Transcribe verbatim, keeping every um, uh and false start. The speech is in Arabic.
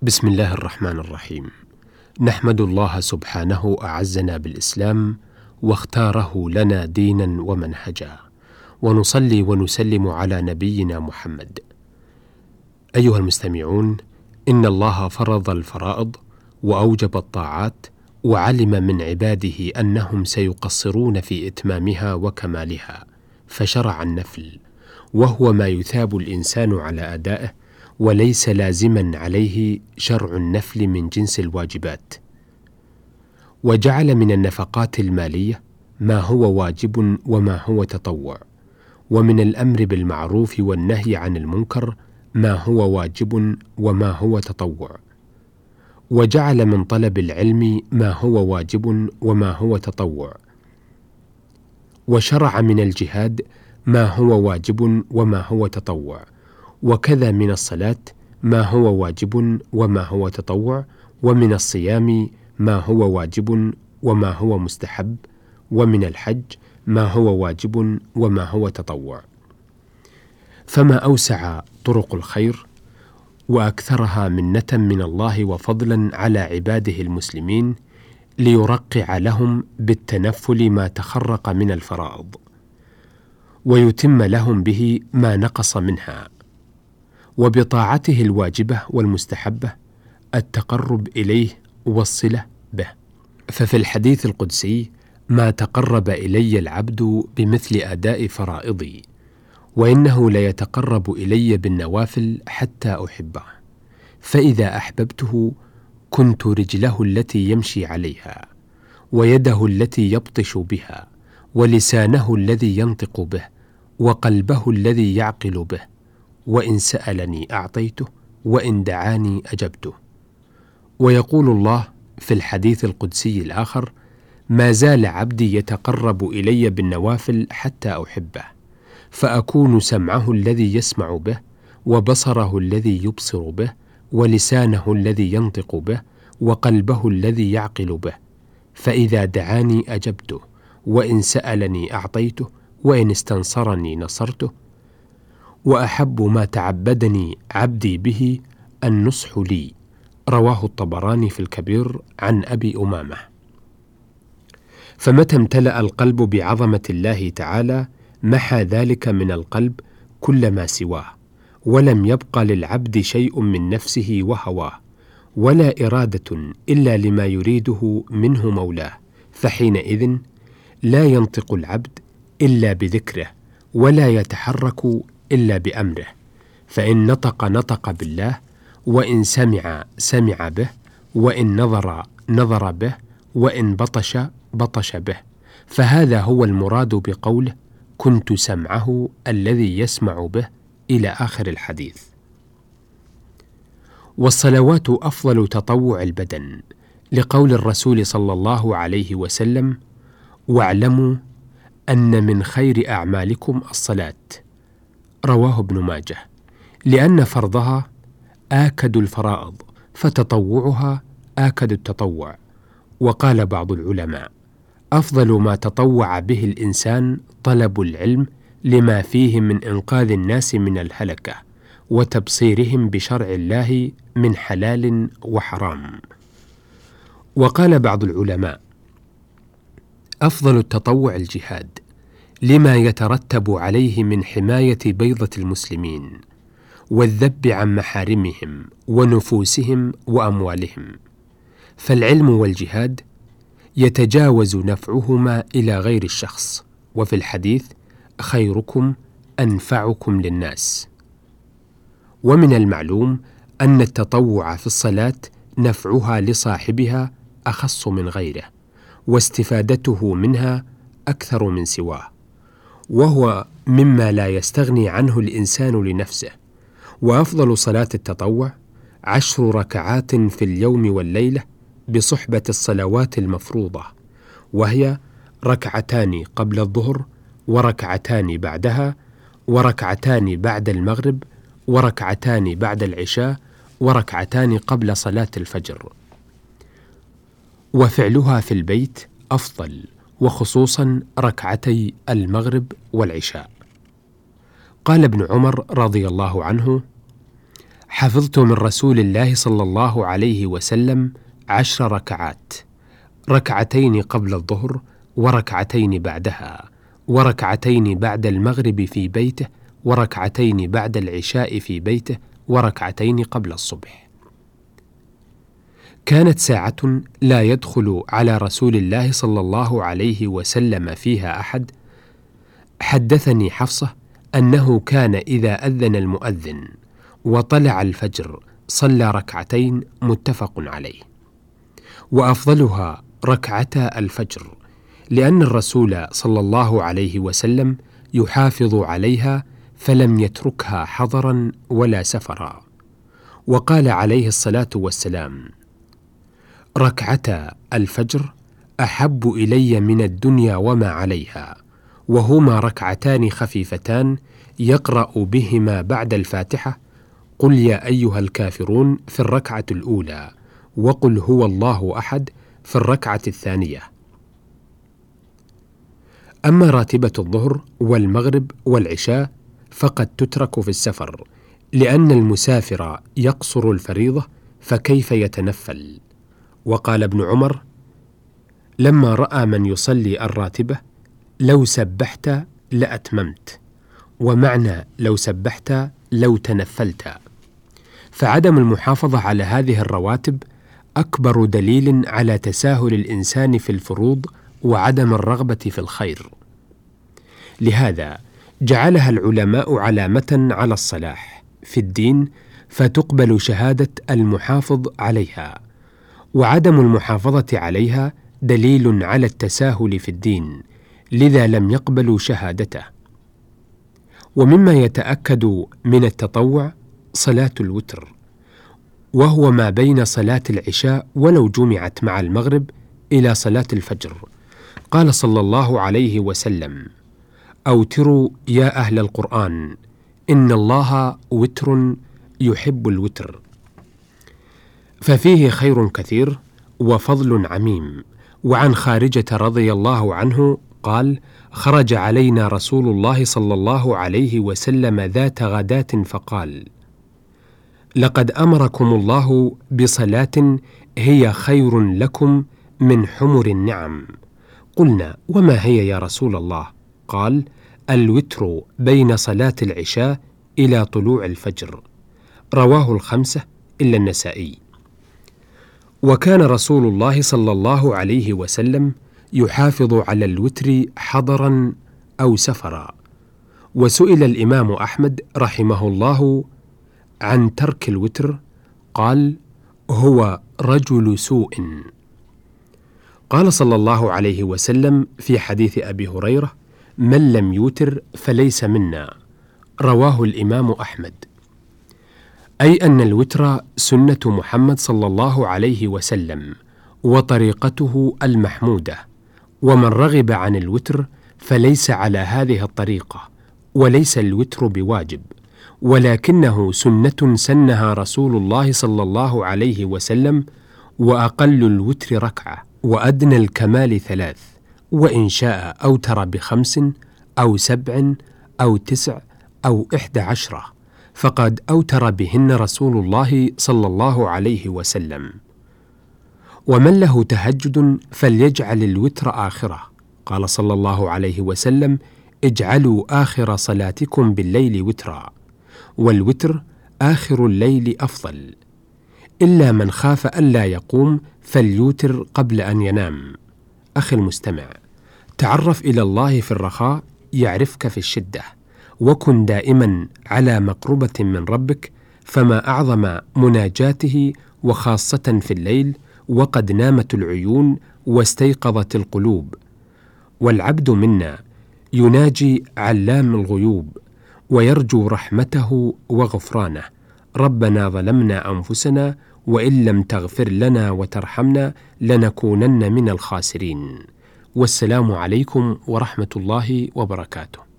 بسم الله الرحمن الرحيم. نحمد الله سبحانه أعزنا بالإسلام واختاره لنا دينا ومنهجا، ونصلي ونسلم على نبينا محمد. أيها المستمعون، إن الله فرض الفرائض وأوجب الطاعات، وعلم من عباده أنهم سيقصرون في إتمامها وكمالها، فشرع النفل، وهو ما يثاب الإنسان على أدائه، وليس لازما عليه شرع النفل من جنس الواجبات. وجعل من النفقات المالية ما هو واجب وما هو تطوع، ومن الأمر بالمعروف والنهي عن المنكر ما هو واجب وما هو تطوع. وجعل من طلب العلم ما هو واجب وما هو تطوع. وشرع من الجهاد ما هو واجب وما هو تطوع، وكذا من الصلاة ما هو واجب وما هو تطوع، ومن الصيام ما هو واجب وما هو مستحب، ومن الحج ما هو واجب وما هو تطوع. فما أوسع طرق الخير وأكثرها منة من الله وفضلا على عباده المسلمين، ليرقع لهم بالتنفل ما تخرق من الفرائض، ويتم لهم به ما نقص منها، وبطاعته الواجبة والمستحبة التقرب إليه والصلة به. ففي الحديث القدسي: ما تقرب إلي العبد بمثل أداء فرائضي، وإنه ليتقرب إلي بالنوافل حتى أحبه، فإذا أحببته كنت رجله التي يمشي عليها، ويده التي يبطش بها، ولسانه الذي ينطق به، وقلبه الذي يعقل به، وإن سألني أعطيته، وإن دعاني أجبته. ويقول الله في الحديث القدسي الآخر: ما زال عبدي يتقرب إلي بالنوافل حتى أحبه، فأكون سمعه الذي يسمع به، وبصره الذي يبصر به، ولسانه الذي ينطق به، وقلبه الذي يعقل به، فإذا دعاني أجبته، وإن سألني أعطيته، وإن استنصرني نصرته. وأحب ما تعبدني عبدي به النصح لي. رواه الطبراني في الكبير عن أبي أمامة. فمتى امتلأ القلب بعظمة الله تعالى محى ذلك من القلب كل ما سواه، ولم يبق للعبد شيء من نفسه وهواه، ولا إرادة إلا لما يريده منه مولاه، فحينئذ لا ينطق العبد إلا بذكره، ولا يتحرك إلا بأمره، فإن نطق نطق بالله، وإن سمع سمع به، وإن نظر نظر به، وإن بطش بطش به. فهذا هو المراد بقوله: كنت سمعه الذي يسمع به، إلى آخر الحديث. والصلوات أفضل تطوع البدن، لقول الرسول صلى الله عليه وسلم: واعلموا أن من خير أعمالكم الصلاة. رواه ابن ماجه. لأن فرضها آكد الفرائض، فتطوعها آكد التطوع. وقال بعض العلماء: أفضل ما تطوع به الإنسان طلب العلم، لما فيه من إنقاذ الناس من الهلكة، وتبصيرهم بشرع الله من حلال وحرام. وقال بعض العلماء: أفضل التطوع الجهاد، لما يترتب عليه من حماية بيضة المسلمين، والذب عن محارمهم ونفوسهم وأموالهم. فالعلم والجهاد يتجاوز نفعهما إلى غير الشخص. وفي الحديث: خيركم أنفعكم للناس. ومن المعلوم أن التطوع في الصلاة نفعها لصاحبها أخص من غيره، واستفادته منها أكثر من سواه، وهو مما لا يستغني عنه الإنسان لنفسه. وأفضل صلاة التطوع عشر ركعات في اليوم والليلة بصحبة الصلوات المفروضة، وهي ركعتان قبل الظهر، وركعتان بعدها، وركعتان بعد المغرب، وركعتان بعد العشاء، وركعتان قبل صلاة الفجر. وفعلها في البيت أفضل، وخصوصا ركعتي المغرب والعشاء. قال ابن عمر رضي الله عنه: حفظت من رسول الله صلى الله عليه وسلم عشر ركعات، ركعتين قبل الظهر وركعتين بعدها، وركعتين بعد المغرب في بيته، وركعتين بعد العشاء في بيته، وركعتين قبل الصبح. كانت ساعة لا يدخل على رسول الله صلى الله عليه وسلم فيها أحد. حدثني حفصة أنه كان إذا أذن المؤذن وطلع الفجر صلى ركعتين، متفق عليه. وأفضلها ركعتا الفجر، لأن الرسول صلى الله عليه وسلم يحافظ عليها فلم يتركها حضرا ولا سفرا. وقال عليه الصلاة والسلام: ركعتا الفجر أحب إلي من الدنيا وما عليها، وهما ركعتان خفيفتان يقرأ بهما بعد الفاتحة قل يا أيها الكافرون في الركعة الأولى، وقل هو الله أحد في الركعة الثانية. أما راتبة الظهر والمغرب والعشاء فقد تترك في السفر، لأن المسافر يقصر الفريضة فكيف يتنفل. وقال ابن عمر لما رأى من يصلي الراتبة: لو سبحت لأتممت، ومعنى لو سبحت لو تنفلت. فعدم المحافظة على هذه الرواتب أكبر دليل على تساهل الإنسان في الفروض وعدم الرغبة في الخير. لهذا جعلها العلماء علامة على الصلاح في الدين، فتقبل شهادة المحافظ عليها، وعدم المحافظة عليها دليل على التساهل في الدين، لذا لم يقبلوا شهادته. ومما يتأكد من التطوع صلاة الوتر، وهو ما بين صلاة العشاء ولو جمعت مع المغرب إلى صلاة الفجر. قال صلى الله عليه وسلم: أوتروا يا أهل القرآن إن الله وتر يحب الوتر. ففيه خير كثير وفضل عميم. وعن خارجة رضي الله عنه قال: خرج علينا رسول الله صلى الله عليه وسلم ذات غداة فقال: لقد أمركم الله بصلاة هي خير لكم من حمر النعم. قلنا: وما هي يا رسول الله؟ قال: الوتر بين صلاة العشاء إلى طلوع الفجر. رواه الخمسة إلا النسائي. وكان رسول الله صلى الله عليه وسلم يحافظ على الوتر حضرا أو سفرا. وسئل الإمام أحمد رحمه الله عن ترك الوتر، قال: هو رجل سوء. قال صلى الله عليه وسلم في حديث أبي هريرة: من لم يوتر فليس منا. رواه الإمام أحمد. أي أن الوتر سنة محمد صلى الله عليه وسلم وطريقته المحمودة، ومن رغب عن الوتر فليس على هذه الطريقة، وليس الوتر بواجب، ولكنه سنة سنها رسول الله صلى الله عليه وسلم، وأقل الوتر ركعة، وأدنى الكمال ثلاث، وإن شاء أوتر بخمس أو سبع أو تسع أو إحدى عشرة، فقد أوتر بهن رسول الله صلى الله عليه وسلم. ومن له تهجد فليجعل الوتر آخرة. قال صلى الله عليه وسلم: اجعلوا آخر صلاتكم بالليل وترا. والوتر آخر الليل أفضل، إلا من خاف ألا يقوم فليوتر قبل أن ينام. أخي المستمع، تعرف إلى الله في الرخاء يعرفك في الشدة، وكن دائما على مقربة من ربك، فما أعظم مناجاته، وخاصة في الليل وقد نامت العيون واستيقظت القلوب. والعبد منا يناجي علام الغيوب ويرجو رحمته وغفرانه: ربنا ظلمنا أنفسنا وإن لم تغفر لنا وترحمنا لنكونن من الخاسرين. والسلام عليكم ورحمة الله وبركاته.